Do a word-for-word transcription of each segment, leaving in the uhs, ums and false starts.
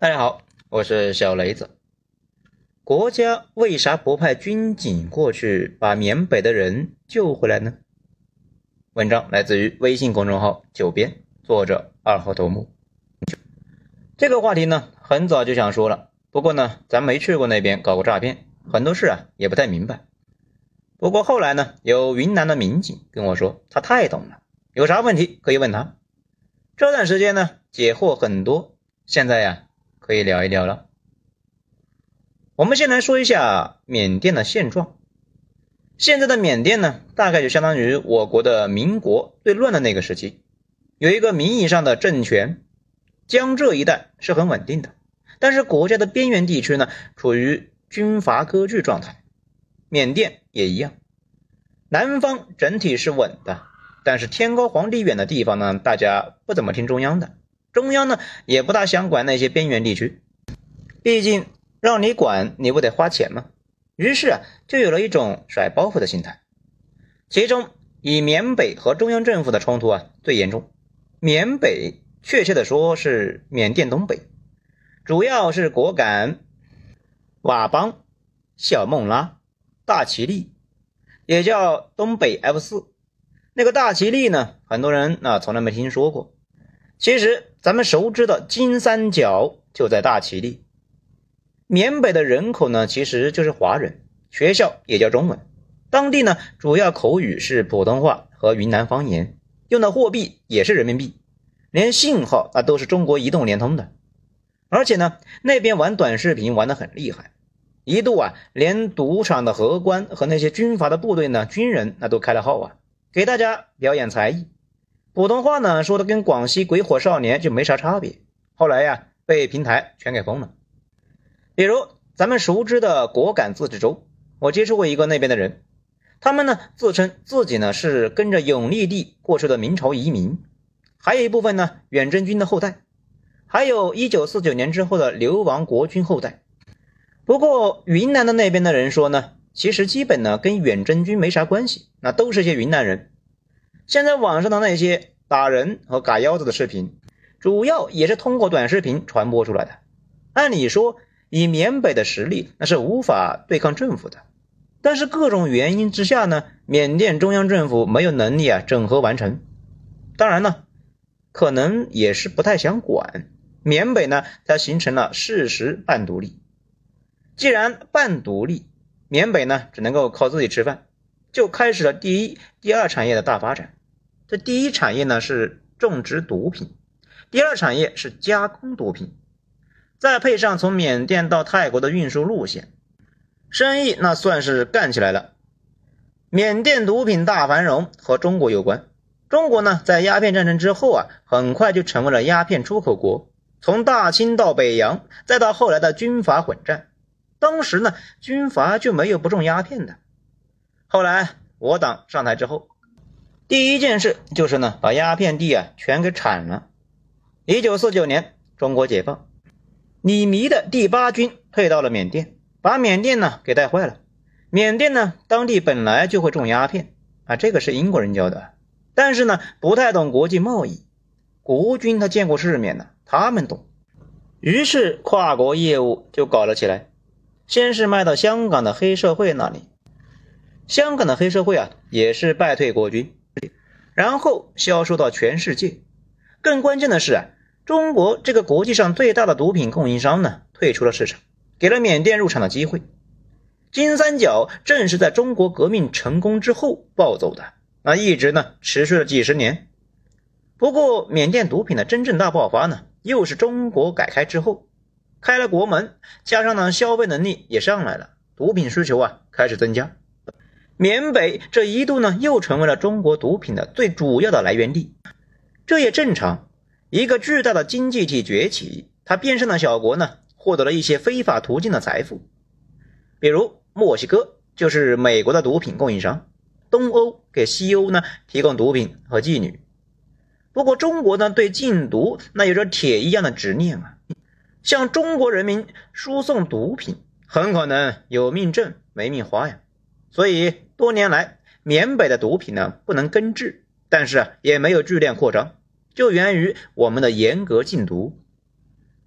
大家好，我是小雷子。国家为啥不派军警过去把缅北的人救回来呢？文章来自于微信公众号九编，作者二号头目。这个话题呢，很早就想说了，不过呢，咱没去过那边搞过诈骗，很多事啊也不太明白。不过后来呢，有云南的民警跟我说，他太懂了，有啥问题可以问他。这段时间呢，解惑很多，现在呀，可以聊一聊了。我们先来说一下缅甸的现状。现在的缅甸呢，大概就相当于我国的民国最乱的那个时期，有一个名义上的政权，江浙一带是很稳定的，但是国家的边缘地区呢，处于军阀割据状态。缅甸也一样，南方整体是稳的，但是天高皇帝远的地方呢，大家不怎么听中央的，中央呢也不大想管那些边缘地区，毕竟让你管你不得花钱吗？于是啊，就有了一种甩包袱的心态。其中以缅北和中央政府的冲突啊最严重。缅北确切的说是缅甸东北，主要是果敢、佤邦、小孟拉、大其力，也叫东北 F 四。那个大其力呢，很多人啊从来没听说过。其实咱们熟知的金三角就在大其力。缅北的人口呢其实就是华人，学校也叫中文，当地呢主要口语是普通话和云南方言，用的货币也是人民币，连信号啊都是中国移动联通的。而且呢那边玩短视频玩得很厉害，一度啊连赌场的荷官和那些军阀的部队呢军人那都开了号啊，给大家表演才艺。普通话呢说的跟广西鬼火少年就没啥差别，后来呀被平台全给封了。比如咱们熟知的果敢自治州，我接触过一个那边的人，他们呢自称自己呢是跟着永历帝过去的明朝移民，还有一部分呢远征军的后代，还有一九四九年之后的流亡国军后代。不过云南的那边的人说呢，其实基本呢跟远征军没啥关系，那都是些云南人。现在网上的那些打人和嘎腰子的视频，主要也是通过短视频传播出来的。按理说以缅北的实力那是无法对抗政府的，但是各种原因之下呢，缅甸中央政府没有能力啊整合完成。当然呢，可能也是不太想管，缅北呢才形成了事实半独立。既然半独立，缅北呢只能够靠自己吃饭，就开始了第一、第二产业的大发展。这第一产业呢是种植毒品，第二产业是加工毒品，再配上从缅甸到泰国的运输路线，生意那算是干起来了。缅甸毒品大繁荣和中国有关，中国呢在鸦片战争之后啊，很快就成为了鸦片出口国，从大清到北洋，再到后来的军阀混战。当时呢军阀就没有不种鸦片的。后来我党上台之后，第一件事就是呢把鸦片地啊全给铲了。一九四九年中国解放，李弥的第八军退到了缅甸，把缅甸呢给带坏了。缅甸呢当地本来就会种鸦片啊，这个是英国人教的，但是呢不太懂国际贸易，国军他见过世面呢，他们懂，于是跨国业务就搞了起来。先是卖到香港的黑社会那里，香港的黑社会啊也是败退国军，然后销售到全世界。更关键的是啊，中国这个国际上最大的毒品供应商呢退出了市场，给了缅甸入场的机会。金三角正是在中国革命成功之后暴走的，那一直呢持续了几十年。不过缅甸毒品的真正大爆发呢，又是中国改开之后，开了国门，加上呢消费能力也上来了，毒品需求啊开始增加。缅北这一度呢又成为了中国毒品的最主要的来源地。这也正常，一个巨大的经济体崛起，它边上的小国呢获得了一些非法途径的财富。比如墨西哥就是美国的毒品供应商，东欧给西欧呢提供毒品和妓女。不过中国呢对禁毒那有着铁一样的执念啊，向中国人民输送毒品很可能有命挣没命花呀。所以多年来缅北的毒品呢不能根治，但是啊也没有剧烈扩张，就源于我们的严格禁毒。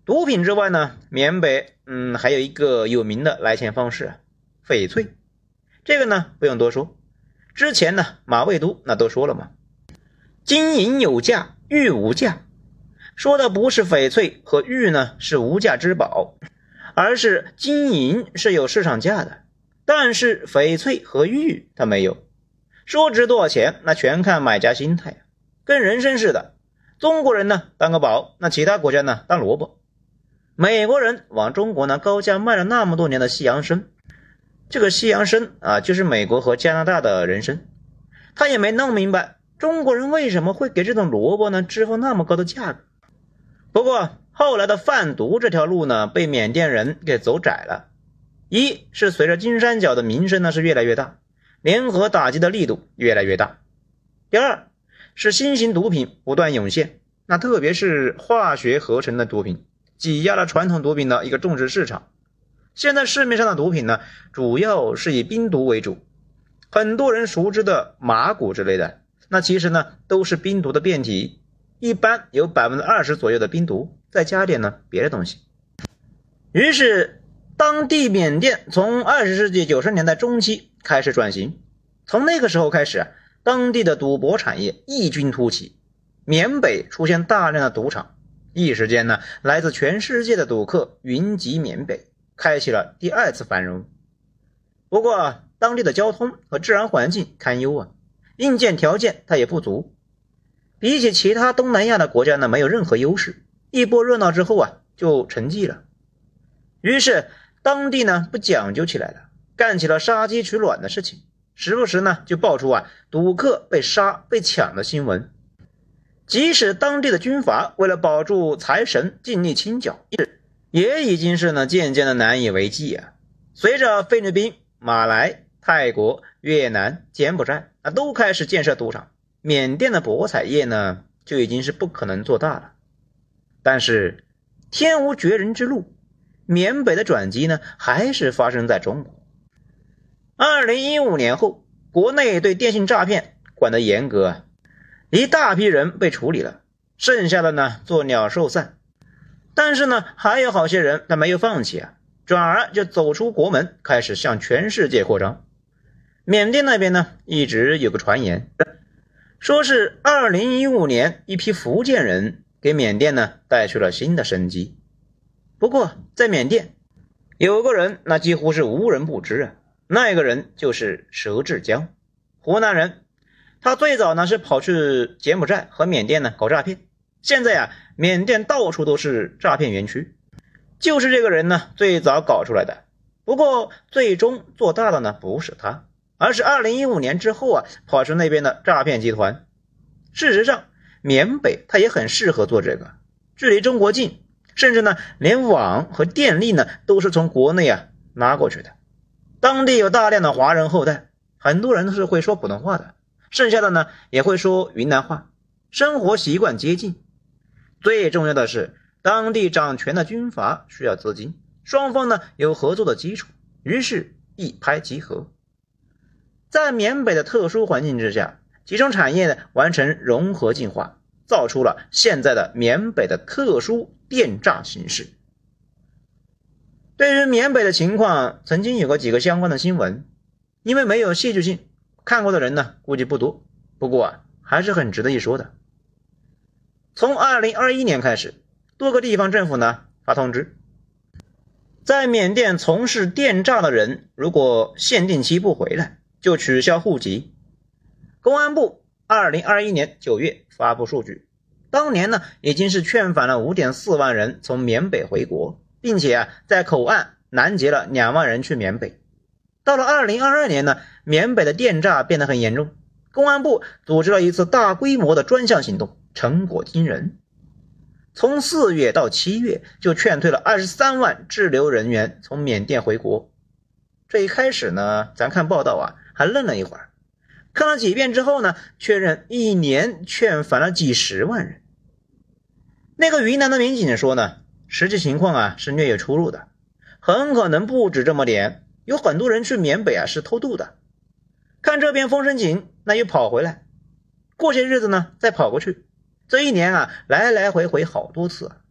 毒品之外呢，缅北嗯还有一个有名的来钱方式啊，翡翠。这个呢不用多说，之前呢马未都那都说了嘛，金银有价，玉无价。说的不是翡翠和玉呢是无价之宝，而是金银是有市场价的，但是翡翠和玉它没有。说值多少钱，那全看买家心态，跟人参似的。中国人呢当个宝，那其他国家呢当萝卜。美国人往中国呢高价卖了那么多年的西洋参，这个西洋参啊就是美国和加拿大的人参，他也没弄明白中国人为什么会给这种萝卜呢支付那么高的价格。不过后来的贩毒这条路呢被缅甸人给走窄了，一是随着金三角的名声呢是越来越大，联合打击的力度越来越大。第二是新型毒品不断涌现，那特别是化学合成的毒品挤压了传统毒品的一个种植市场。现在市面上的毒品呢主要是以冰毒为主，很多人熟知的麻古之类的，那其实呢都是冰毒的变体，一般有 百分之二十 左右的冰毒，再加点呢别的东西。于是当地缅甸从二十世纪九十年代中期开始转型，从那个时候开始啊，当地的赌博产业异军突起，缅北出现大量的赌场，一时间呢来自全世界的赌客云集缅北，开启了第二次繁荣。不过当地的交通和治安环境堪忧啊，硬件条件它也不足，比起其他东南亚的国家呢没有任何优势，一波热闹之后啊就沉寂了。于是当地呢不讲究起来了，干起了杀鸡取卵的事情，时不时呢就爆出啊赌客被杀被抢的新闻。即使当地的军阀为了保住财神尽力清剿，也已经是呢渐渐的难以为继啊。随着菲律宾、马来、泰国、越南、柬埔寨啊都开始建设赌场，缅甸的博彩业呢就已经是不可能做大了。但是天无绝人之路，缅北的转机呢还是发生在中国。二零一五年后，国内对电信诈骗管得严格啊，一大批人被处理了，剩下的呢做鸟兽散。但是呢还有好些人他没有放弃啊，转而就走出国门，开始向全世界扩张。缅甸那边呢一直有个传言，说是二零一五年一批福建人给缅甸呢带去了新的生机。不过在缅甸有个人那几乎是无人不知啊，那个人就是佘志江，湖南人。他最早呢是跑去柬埔寨和缅甸呢搞诈骗，现在啊缅甸到处都是诈骗园区，就是这个人呢最早搞出来的。不过最终做大的呢不是他，而是二零一五年之后啊跑出那边的诈骗集团。事实上缅北它也很适合做这个，距离中国近，甚至呢连网和电力呢都是从国内啊拿过去的。当地有大量的华人后代，很多人都是会说普通话的，剩下的呢也会说云南话，生活习惯接近。最重要的是当地掌权的军阀需要资金，双方呢有合作的基础，于是一拍即合。在缅北的特殊环境之下，几种产业呢完成融合进化，造出了现在的缅北的特殊电诈形式。对于缅北的情况，曾经有过几个相关的新闻，因为没有戏剧性，看过的人呢估计不多，不过啊还是很值得一说的。从二零二一年开始，多个地方政府呢发通知，在缅甸从事电诈的人如果限定期不回来，就取消户籍。公安部二零二一年九月发布数据，当年呢已经是劝返了 五点四万人从缅北回国，并且啊在口岸拦截了两万人去缅北。到了二零二二年呢，缅北的电诈变得很严重，公安部组织了一次大规模的专项行动，成果惊人。从四月到七月就劝退了二十三万滞留人员从缅甸回国。这一开始呢，咱看报道啊还愣了一会儿，看了几遍之后呢，确认一年劝返了几十万人。那个云南的民警说呢，实际情况啊是略有出入的，很可能不止这么点，有很多人去缅北啊是偷渡的，看这边风声紧，那又跑回来，过些日子呢再跑过去，这一年啊来来回回好多次啊。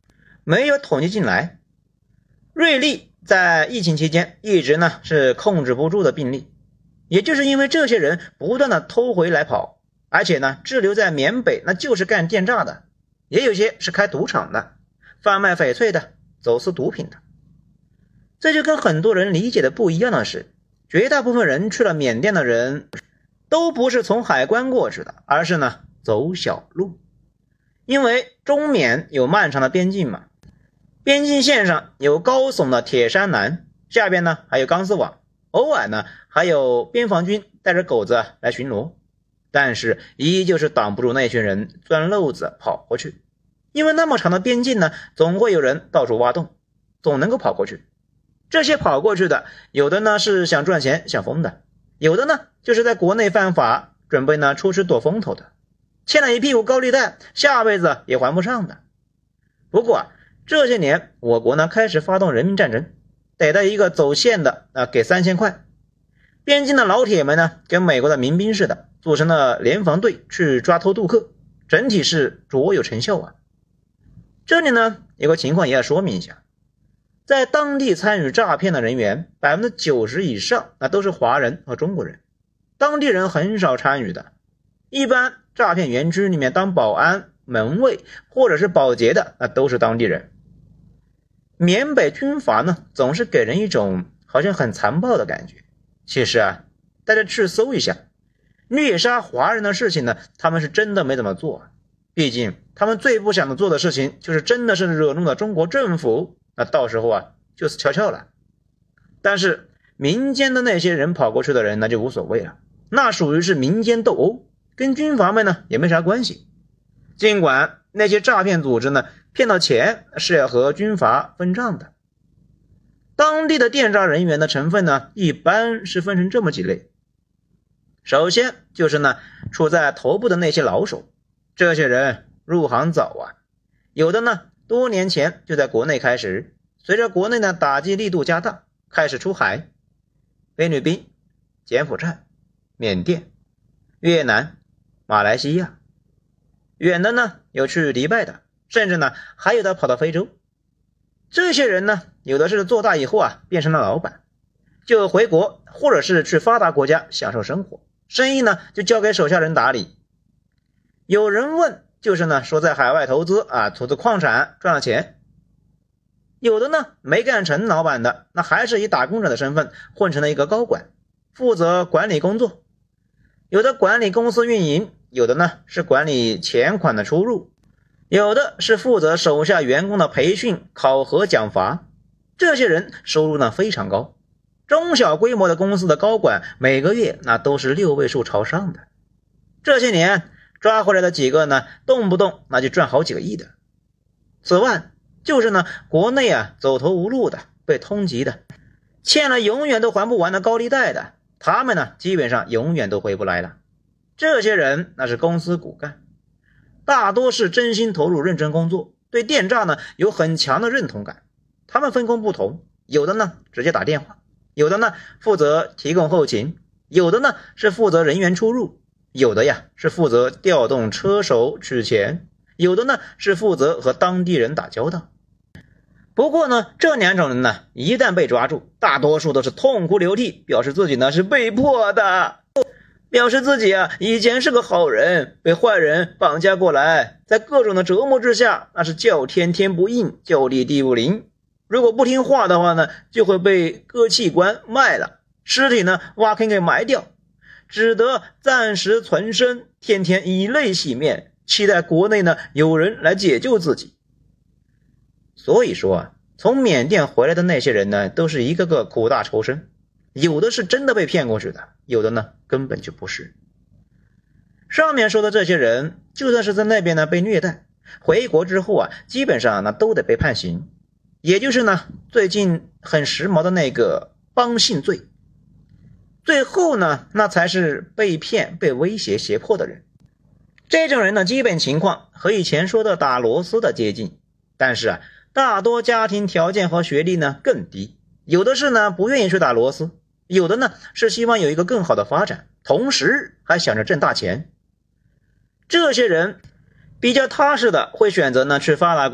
没有统计进来。瑞丽在疫情期间一直呢是控制不住的病例，也就是因为这些人不断的偷回来跑，而且呢滞留在缅北那就是干电诈的，也有些是开赌场的，贩卖翡翠的，走私毒品的。这就跟很多人理解的不一样的是，绝大部分人去了缅甸的人都不是从海关过去的，而是呢走小路。因为中缅有漫长的边境嘛，边境线上有高耸的铁栅栏，下边呢还有钢丝网，偶尔呢还有边防军带着狗子来巡逻，但是依旧是挡不住那群人钻漏子跑过去。因为那么长的边境呢，总会有人到处挖洞，总能够跑过去。这些跑过去的，有的呢是想赚钱想疯的，有的呢就是在国内犯法，准备呢出去躲风头的，欠了一屁股高利贷，下辈子也还不上的。不过啊，这些年我国呢开始发动人民战争，逮到一个走线的啊，给三千块。边境的老铁们呢，跟美国的民兵似的，组成了联防队去抓偷渡客，整体是卓有成效啊。这里呢有个情况也要说明一下，在当地参与诈骗的人员 百分之九十 以上那都是华人和中国人，当地人很少参与的。一般诈骗园区里面当保安、门卫或者是保洁的那都是当地人。缅北军阀呢总是给人一种好像很残暴的感觉，其实啊大家去搜一下，虐杀华人的事情呢他们是真的没怎么做，毕竟他们最不想做的事情就是真的是惹怒了中国政府，那到时候啊就是悄悄了。但是民间的那些人跑过去的人那就无所谓了，那属于是民间斗殴，跟军阀们呢也没啥关系。尽管那些诈骗组织呢骗到钱是要和军阀分账的。当地的电诈人员的成分呢一般是分成这么几类。首先就是呢处在头部的那些老手，这些人入行早啊，有的呢多年前就在国内开始，随着国内呢打击力度加大，开始出海，菲律宾、柬埔寨、缅甸、越南、马来西亚，远的呢有去迪拜的，甚至呢还有的跑到非洲。这些人呢有的是做大以后啊变成了老板，就回国或者是去发达国家享受生活，生意呢就交给手下人打理。有人问就是呢说在海外投资啊，投资矿产赚了钱。有的呢没干成老板的，那还是以打工者的身份混成了一个高管，负责管理工作。有的管理公司运营，有的呢是管理钱款的出入，有的是负责手下员工的培训、考核、奖罚。这些人收入呢非常高，中小规模的公司的高管每个月那都是六位数朝上的。这些年抓回来的几个呢，动不动那就赚好几个亿的。此外就是呢国内啊走投无路的，被通缉的，欠了永远都还不完的高利贷的，他们呢基本上永远都回不来了。这些人那是公司骨干，大多是真心投入认真工作，对电诈呢有很强的认同感。他们分工不同，有的呢直接打电话，有的呢负责提供后勤，有的呢是负责人员出入，有的呀是负责调动车手取钱，有的呢是负责和当地人打交道。不过呢这两种人呢一旦被抓住，大多数都是痛哭流涕，表示自己呢是被迫的，表示自己啊以前是个好人，被坏人绑架过来，在各种的折磨之下，那是叫天天不应，叫地地不灵。如果不听话的话呢，就会被割器官卖了，尸体呢挖坑给埋掉，只得暂时存身，天天以泪洗面，期待国内呢有人来解救自己。所以说啊，从缅甸回来的那些人呢，都是一个个苦大仇深，有的是真的被骗过去的，有的呢根本就不是。上面说的这些人，就算是在那边呢被虐待，回国之后啊，基本上呢都得被判刑，也就是呢最近很时髦的那个帮信罪。最后呢，那才是被骗、被威胁、胁迫的人。这种人的基本情况和以前说的打螺丝的接近，但是啊，大多家庭条件和学历呢更低，有的是呢不愿意去打螺丝，有的呢是希望有一个更好的发展，同时还想着挣大钱。这些人比较踏实的会选择呢去发达国家，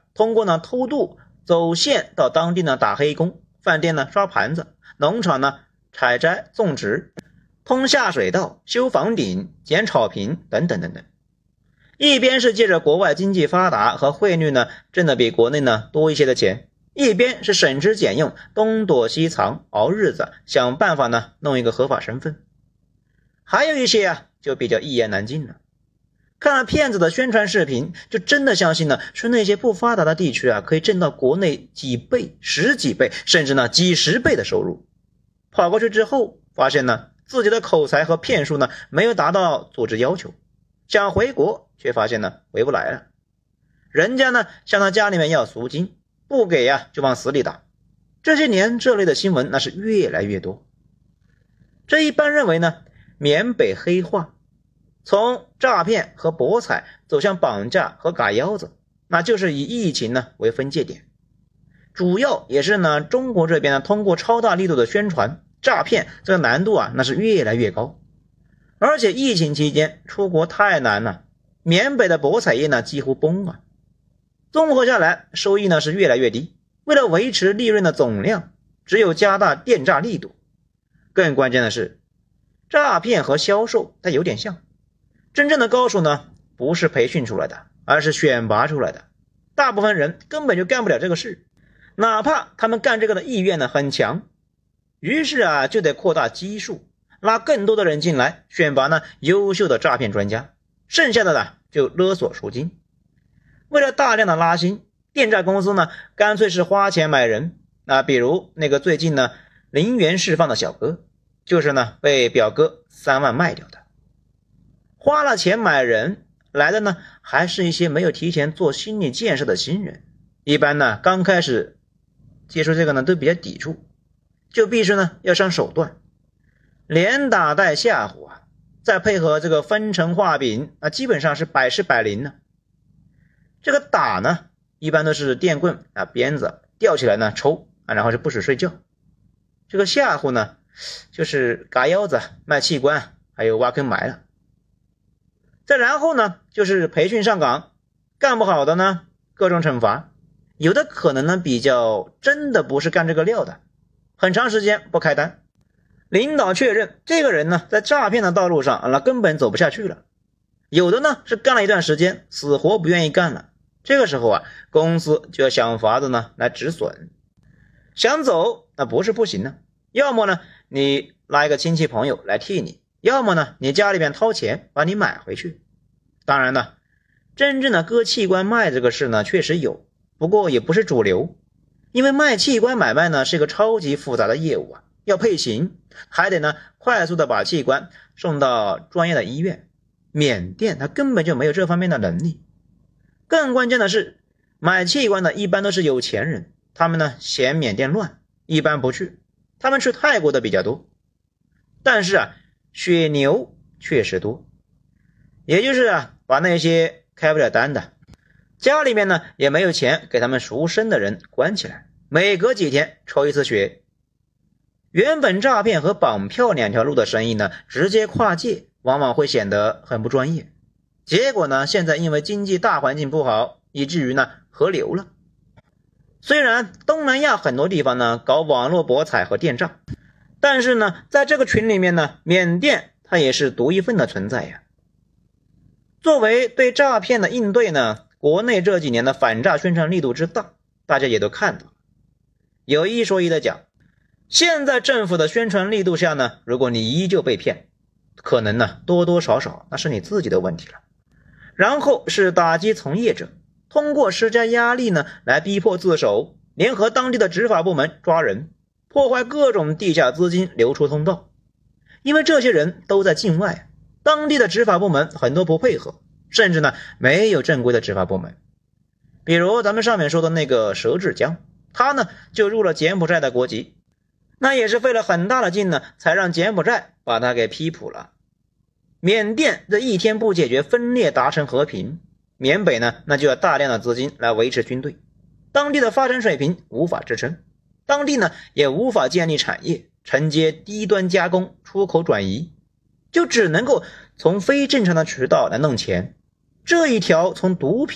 通过呢偷渡走线到当地呢打黑工，饭店呢刷盘子，农场呢采摘种植，通下水道，修房顶，捡草坪等等等等。一边是借着国外经济发达和汇率呢挣的比国内呢多一些的钱，一边是省吃俭用，东躲西藏，熬日子，想办法呢弄一个合法身份。还有一些啊就比较一言难尽了，看了骗子的宣传视频，就真的相信呢说那些不发达的地区啊可以挣到国内几倍、十几倍，甚至呢几十倍的收入。跑过去之后发现呢自己的口才和骗术呢没有达到组织要求，想回国却发现呢回不来了。人家呢向他家里面要赎金，不给呀、啊、就往死里打。这些年这类的新闻那是越来越多。这一般认为呢缅北黑化，从诈骗和博彩走向绑架和嘎腰子，那就是以疫情呢为分界点。主要也是呢中国这边呢通过超大力度的宣传，诈骗这个难度啊那是越来越高。而且疫情期间出国太难了，缅北的博彩业呢几乎崩啊。综合下来收益呢是越来越低，为了维持利润的总量，只有加大电诈力度。更关键的是，诈骗和销售它有点像，真正的高手呢不是培训出来的，而是选拔出来的。大部分人根本就干不了这个事，哪怕他们干这个的意愿呢很强，于是啊就得扩大基数，拉更多的人进来，选拔呢优秀的诈骗专家，剩下的呢就勒索赎金。为了大量的拉新，电诈公司呢干脆是花钱买人啊，比如那个最近呢零元释放的小哥，就是呢被表哥三万卖掉的。花了钱买人来的呢还是一些没有提前做心理建设的新人，一般呢刚开始接触这个呢都比较抵触，就必须呢要上手段，连打带吓唬啊，再配合这个分成画饼啊，基本上是百试百灵呢。这个打呢一般都是电棍啊鞭子吊起来呢抽啊，然后是不许睡觉。这个吓唬呢就是嘎腰子、卖器官还有挖坑埋了。再然后呢就是培训上岗，干不好的呢各种惩罚，有的可能呢比较真的不是干这个料的，很长时间不开单，领导确认这个人呢在诈骗的道路上那根本走不下去了。有的呢是干了一段时间死活不愿意干了，这个时候啊公司就要想法子呢来止损。想走那不是不行呢，要么呢你拉一个亲戚朋友来替你，要么呢你家里边掏钱把你买回去。当然呢真正的割器官卖这个事呢确实有，不过也不是主流，因为卖器官买卖呢是一个超级复杂的业务啊，要配型，还得呢快速的把器官送到专业的医院。缅甸它根本就没有这方面的能力。更关键的是，买器官的一般都是有钱人，他们呢嫌缅甸乱，一般不去，他们去泰国的比较多。但是啊血牛确实多，也就是啊把那些开不了单的，家里面呢也没有钱给他们赎身的人关起来，每隔几天抽一次血。原本诈骗和绑票两条路的生意呢直接跨界，往往会显得很不专业。结果呢现在因为经济大环境不好，以至于呢合流了。虽然东南亚很多地方呢搞网络博彩和电诈，但是呢在这个群里面呢缅甸它也是独一份的存在呀。作为对诈骗的应对呢，国内这几年的反诈宣传力度之大，大家也都看到了。有一说一的讲，现在政府的宣传力度下呢，如果你依旧被骗，可能呢多多少少那是你自己的问题了。然后是打击从业者，通过施加压力呢来逼迫自首，联合当地的执法部门抓人，破坏各种地下资金流出通道。因为这些人都在境外，当地的执法部门很多不配合，甚至呢没有正规的执法部门。比如咱们上面说的那个佘志江，他呢就入了柬埔寨的国籍，那也是费了很大的劲呢才让柬埔寨把他给批捕了。缅甸这一天不解决分裂达成和平，缅北呢那就要大量的资金来维持军队，当地的发展水平无法支撑，当地呢也无法建立产业，承接低端加工、出口转移，就只能够从非正常的渠道来弄钱。这一条从毒品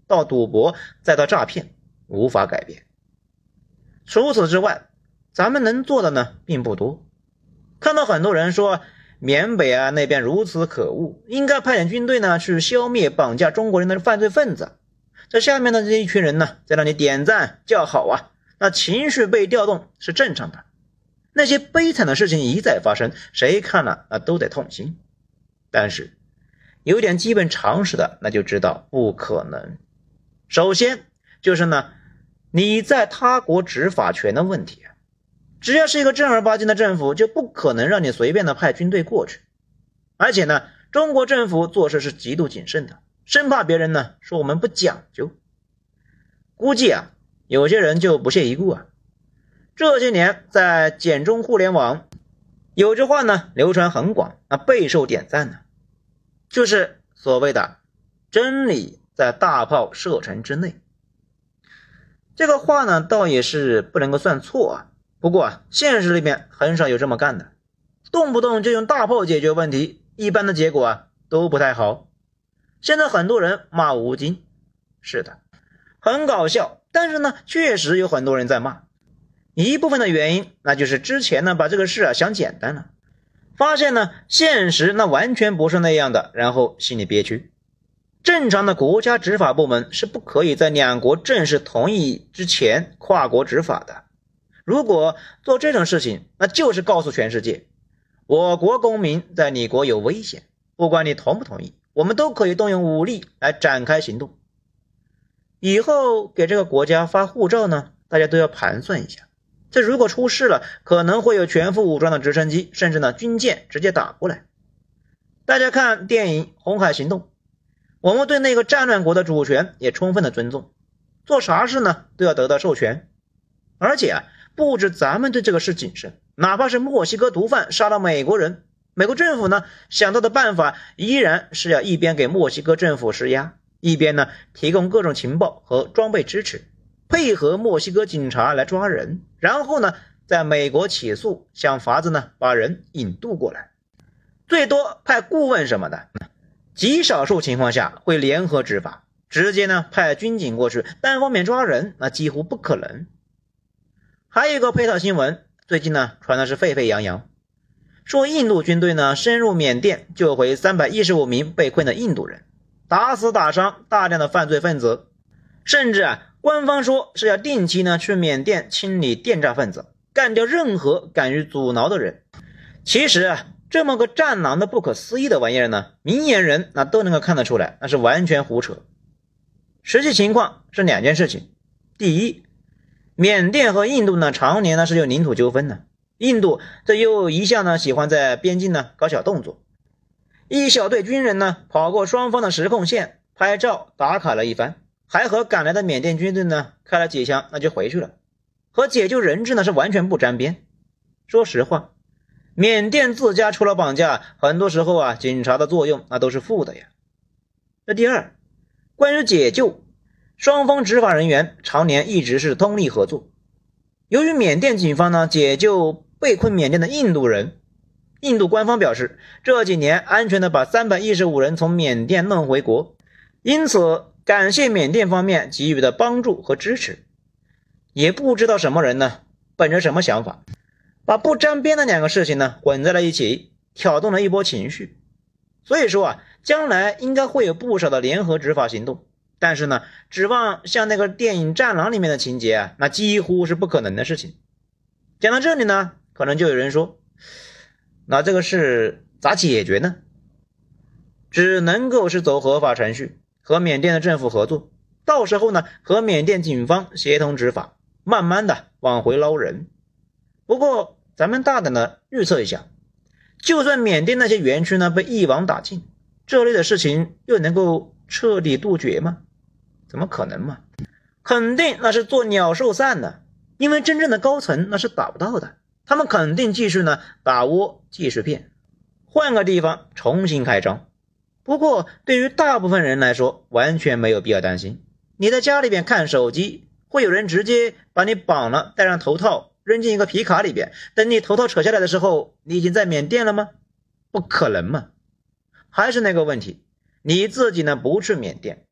到赌博再到诈骗，无法改变。除此之外，咱们能做的呢并不多。看到很多人说缅北啊那边如此可恶，应该派点军队呢去消灭绑架中国人的犯罪分子，这下面的这一群人呢在那里点赞叫好啊，那情绪被调动是正常的。那些悲惨的事情一再发生，谁看了那都得痛心。但是有点基本常识的那就知道不可能。首先就是呢你在他国执法权的问题，只要是一个正儿八经的政府，就不可能让你随便的派军队过去。而且呢中国政府做事是极度谨慎的，生怕别人呢说我们不讲究。估计啊有些人就不屑一顾啊。这些年在简中互联网有句话呢流传很广，那备受点赞呢，就是所谓的真理在大炮射程之内。这个话呢倒也是不能够算错啊，不过啊现实里面很少有这么干的，动不动就用大炮解决问题，一般的结果啊都不太好。现在很多人骂吴京，是的很搞笑，但是呢确实有很多人在骂。一部分的原因那就是之前呢把这个事啊想简单了，发现呢现实那完全不是那样的，然后心里憋屈。正常的国家执法部门是不可以在两国正式同意之前跨国执法的。如果做这种事情，那就是告诉全世界，我国公民在你国有危险，不管你同不同意，我们都可以动用武力来展开行动。以后给这个国家发护照呢，大家都要盘算一下，这如果出事了，可能会有全副武装的直升机，甚至呢军舰直接打过来。大家看电影《红海行动》，我们对那个战乱国的主权也充分的尊重，做啥事呢都要得到授权。而且啊不止咱们对这个事谨慎，哪怕是墨西哥毒贩杀了美国人，美国政府呢想到的办法依然是要一边给墨西哥政府施压，一边呢提供各种情报和装备支持，配合墨西哥警察来抓人，然后呢在美国起诉，想法子呢把人引渡过来，最多派顾问什么的，极少数情况下会联合执法，直接呢派军警过去单方面抓人那几乎不可能。还有一个配套新闻最近呢传的是沸沸扬扬，说印度军队呢深入缅甸救回三百一十五名被困的印度人，打死打伤大量的犯罪分子，甚至啊官方说是要定期呢去缅甸清理电诈分子，干掉任何敢于阻挠的人。其实啊这么个战狼的不可思议的玩意儿呢，明眼人那都能够看得出来，那是完全胡扯。实际情况是两件事情。第一，缅甸和印度呢常年呢是有领土纠纷的，印度这又一向呢喜欢在边境呢搞小动作，一小队军人呢跑过双方的实控线，拍照打卡了一番，还和赶来的缅甸军队呢开了几枪，那就回去了，和解救人质呢是完全不沾边。说实话，缅甸自家出了绑架，很多时候啊警察的作用那都是负的呀。那第二，关于解救，双方执法人员常年一直是通力合作。由于缅甸警方呢解救被困缅甸的印度人，印度官方表示这几年安全的把三百一十五人从缅甸弄回国，因此感谢缅甸方面给予的帮助和支持。也不知道什么人呢本着什么想法，把不沾边的两个事情呢混在了一起，挑动了一波情绪。所以说啊将来应该会有不少的联合执法行动，但是呢指望像那个电影《战狼》里面的情节啊，那几乎是不可能的事情。讲到这里呢，可能就有人说，那这个事咋解决呢？只能够是走合法程序，和缅甸的政府合作，到时候呢和缅甸警方协同执法，慢慢的往回捞人。不过咱们大胆的预测一下，就算缅甸那些园区呢被一网打尽，这类的事情又能够彻底杜绝吗？怎么可能嘛？肯定那是做鸟兽散的，因为真正的高层那是打不到的，他们肯定继续呢打窝继续骗，换个地方重新开张。不过对于大部分人来说完全没有必要担心，你在家里边看手机，会有人直接把你绑了，戴上头套扔进一个皮卡里边，等你头套扯下来的时候，你已经在缅甸了吗？不可能嘛。还是那个问题，你自己呢不去缅甸，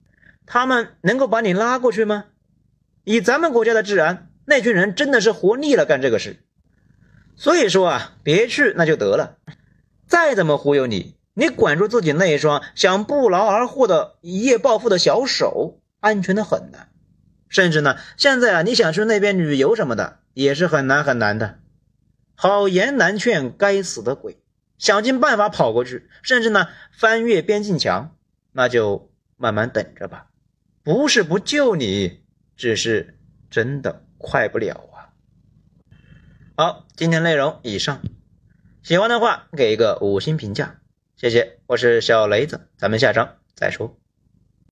他们能够把你拉过去吗？以咱们国家的治安，那群人真的是活腻了干这个事。所以说啊，别去那就得了。再怎么忽悠你，你管住自己那一双想不劳而获的一夜暴富的小手，安全的很难。甚至呢，现在啊，你想去那边旅游什么的，也是很难很难的。好言难劝该死的鬼，想尽办法跑过去，甚至呢翻越边境墙，那就慢慢等着吧。不是不救你，只是真的快不了啊。好，今天内容以上，喜欢的话给一个五星评价，谢谢。我是小雷子，咱们下章再说。